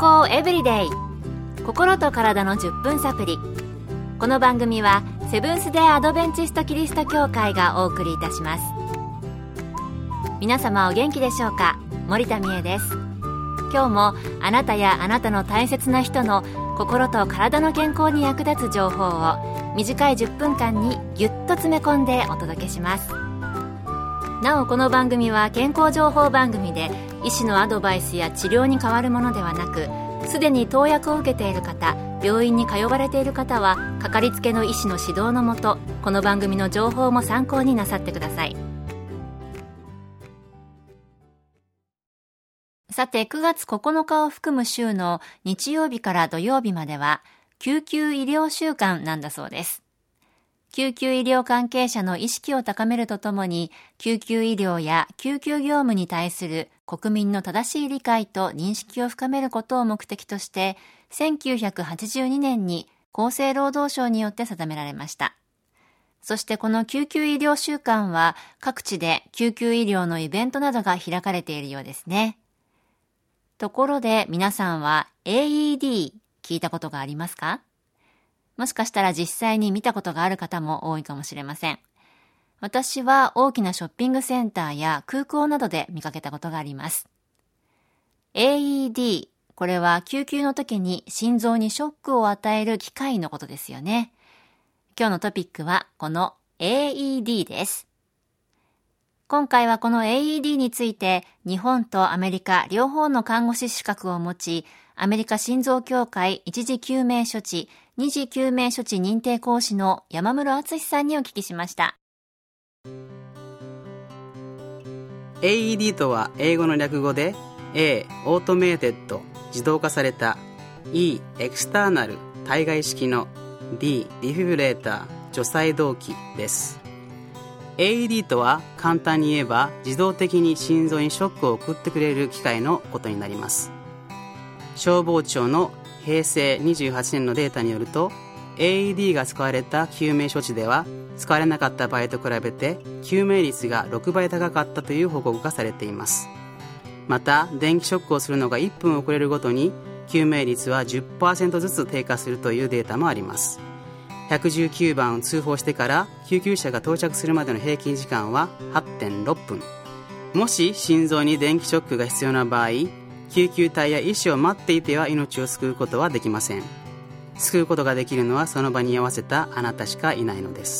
康エブリデイ、心と体の10分サプリ。この番組はセブンス・デー・アドベンチスト・キリスト教会がお送りいたします。皆様お元気でしょうか。森田美恵です。今日もあなたやあなたの大切な人の心と体の健康に役立つ情報を短い10分間にぎゅっと詰め込んでお届けします。なおこの番組は健康情報番組で、医師のアドバイスや治療に代わるものではなく、すでに投薬を受けている方、病院に通われている方はかかりつけの医師の指導のもと、この番組の情報も参考になさってください。さて、9月9日を含む週の日曜日から土曜日までは救急医療週間なんだそうです。救急医療関係者の意識を高めるとともに、救急医療や救急業務に対する国民の正しい理解と認識を深めることを目的として、1982年に厚生労働省によって定められました。そしてこの救急医療週間は各地で救急医療のイベントなどが開かれているようですね。ところで皆さんは AED 聞いたことがありますか？もしかしたら実際に見たことがある方も多いかもしれません。私は大きなショッピングセンターや空港などで見かけたことがあります。AED、これは救急の時に心臓にショックを与える機械のことですよね。今日のトピックはこの AED です。今回はこの AED について、日本とアメリカ両方の看護師資格を持ち、アメリカ心臓協会一時救命処置、二次救命処置認定講師の山室敦さんにお聞きしました。 AED とは英語の略語で A、オートメイテッド、自動化された、E、エクスターナル、体外式の、D、ディフィブレーター、除細動器です。AED とは簡単に言えば自動的に心臓にショックを送ってくれる機械のことになります。消防庁の平成28年のデータによると、 AED が使われた救命処置では使われなかった場合と比べて救命率が6倍高かったという報告がされています。また電気ショックをするのが1分遅れるごとに救命率は 10% ずつ低下するというデータもあります。119番を通報してから救急車が到着するまでの平均時間は 8.6 分。もし心臓に電気ショックが必要な場合、救急隊や医師を待っていては命を救うことはできません。救うことができるのはその場に居合わせたあなたしかいないのです。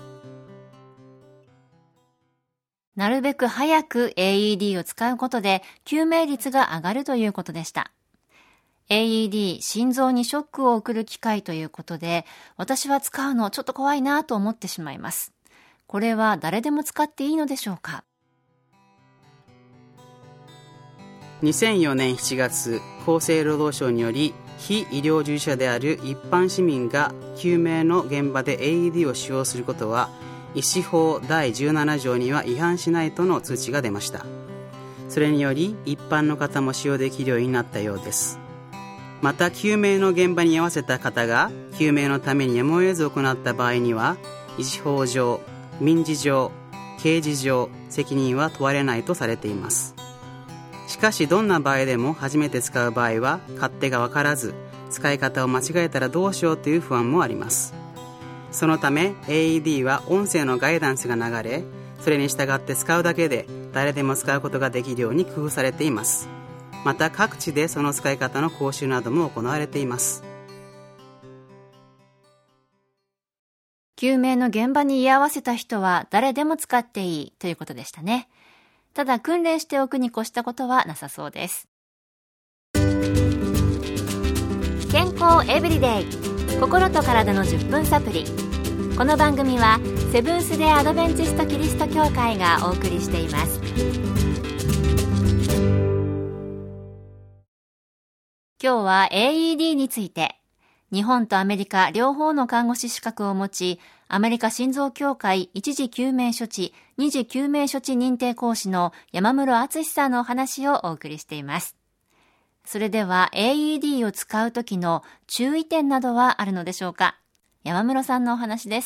なるべく早く AED を使うことで救命率が上がるということでした。AED、心臓にショックを送る機械ということで、私は使うのちょっと怖いなと思ってしまいます。これは誰でも使っていいのでしょうか ？2004年7月、厚生労働省により非医療従事者である一般市民が救命の現場で AED を使用することは医師法第17条には違反しないとの通知が出ました。それにより一般の方も使用できるようになったようです。また救命の現場に居合わせた方が救命のためにやむを得ず行った場合には、医師法上、民事上、刑事上責任は問われないとされています。しかしどんな場合でも初めて使う場合は勝手が分からず、使い方を間違えたらどうしようという不安もあります。そのため AED は音声のガイダンスが流れ、それに従って使うだけで誰でも使うことができるように工夫されています。また各地でその使い方の講習なども行われています。 救命の現場に居合わせた人は誰でも使っていいということでしたね。ただ訓練しておくに越したことはなさそうです。健康エブリデイ、心と体の10分サプリ。この番組はセブンス・デー・アドベンチスト・キリスト教会がお送りしています。今日は AED について、日本とアメリカ両方の看護師資格を持ち、アメリカ心臓協会一時救命処置、二次救命処置認定講師の山室敦さんのお話をお送りしています。それでは AED を使う時の注意点などはあるのでしょうか？山室さんのお話です。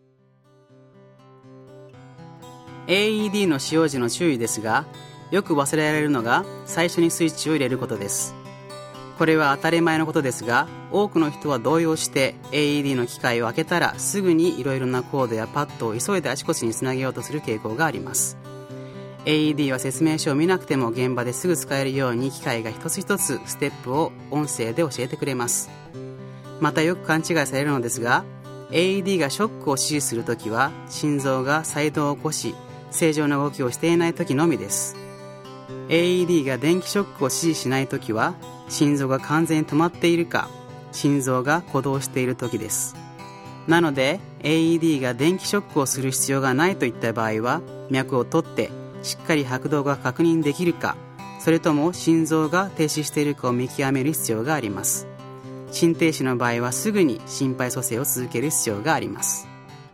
AED の使用時の注意ですが、よく忘れられるのが最初にスイッチを入れることです。 これは当たり前のことですが、多くの人は動揺して AED の機械を開けたらすぐにいろいろなコードやパッドを急いであちこちにつなげようとする傾向があります。 AED は説明書を見なくても現場ですぐ使えるように機械が一つ一つステップを音声で教えてくれます。またよく勘違いされるのですが、 AED がショックを指示するときは心臓が細動を起こし正常な動きをしていないときのみです。 AED が電気ショックを指示しないときは心臓が完全に止まっているか心臓が鼓動しているときです。なので AED が電気ショックをする必要がないといった場合は、脈を取ってしっかり拍動が確認できるか、それとも心臓が停止しているかを見極める必要があります。心停止の場合はすぐに心肺蘇生を続ける必要があります。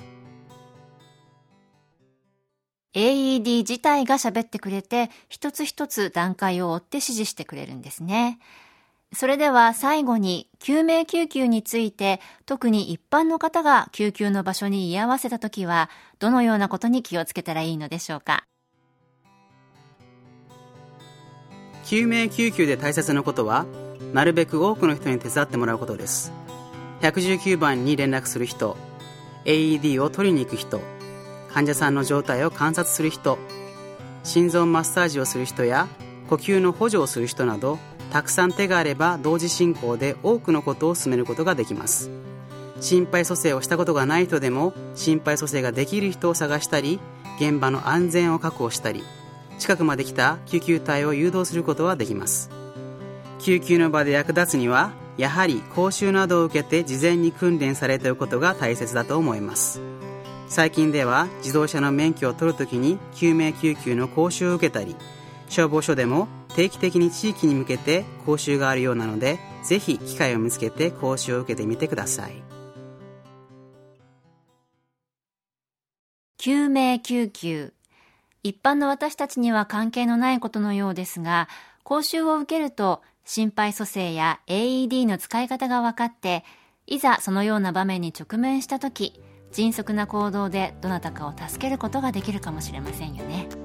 AED 自体が喋ってくれて、一つ一つ段階を追って指示してくれるんですね。それでは最後に救命救急について、特に一般の方が救急の場所に居合わせたときはどのようなことに気をつけたらいいのでしょうか。 救命救急で大切なことは、なるべく多くの人に手伝ってもらうことです。119番に連絡する人、 AED を取りに行く人、患者さんの状態を観察する人、心臓マッサージをする人や呼吸の補助をする人など、たくさん手があれば同時進行で多くのことを進めることができます。心肺蘇生をしたことがない人でも心肺蘇生ができる人を探したり、現場の安全を確保したり、近くまで来た救急隊を誘導することはできます。救急の場で役立つには、やはり講習などを受けて事前に訓練されておくことが大切だと思います。最近では自動車の免許を取るときに救命救急の講習を受けたり、消防署でも定期的に地域に向けて講習があるようなので、ぜひ機会を見つけて講習を受けてみてください。 救命救急、一般の私たちには関係のないことのようですが、講習を受けると心肺蘇生や AED の使い方が分かって、いざそのような場面に直面したとき、迅速な行動でどなたかを助けることができるかもしれませんよね。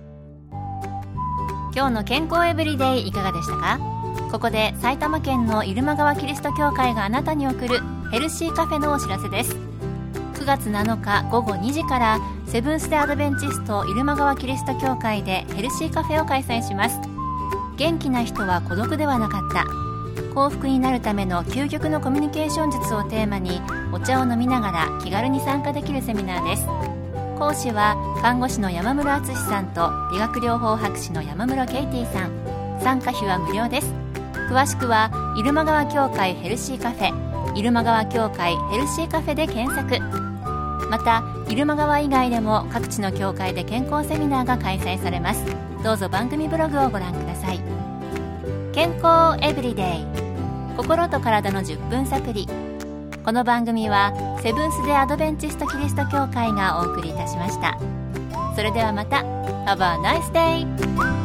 今日の健康エブリデイいかがでしたか？ここで埼玉県の入間川キリスト教会があなたに送るヘルシーカフェのお知らせです。9月7日午後2時からセブンス・デ・アドベンチスト入間川キリスト教会でヘルシーカフェを開催します。元気な人は孤独ではなかった、幸福になるための究極のコミュニケーション術をテーマに、お茶を飲みながら気軽に参加できるセミナーです。講師は看護師の山室敦さんと理学療法博士の山室ケイティさん。参加費は無料です。詳しくは入間川教会ヘルシーカフェ、入間川教会ヘルシーカフェで検索。また入間川以外でも各地の教会で健康セミナーが開催されます。どうぞ番組ブログをご覧ください。健康エブリデイ、心と体の10分サプリ。この番組はセブンス・デ・アドベンチスト・キリスト教会がお送りいたしました。それではまた。Have a nice day!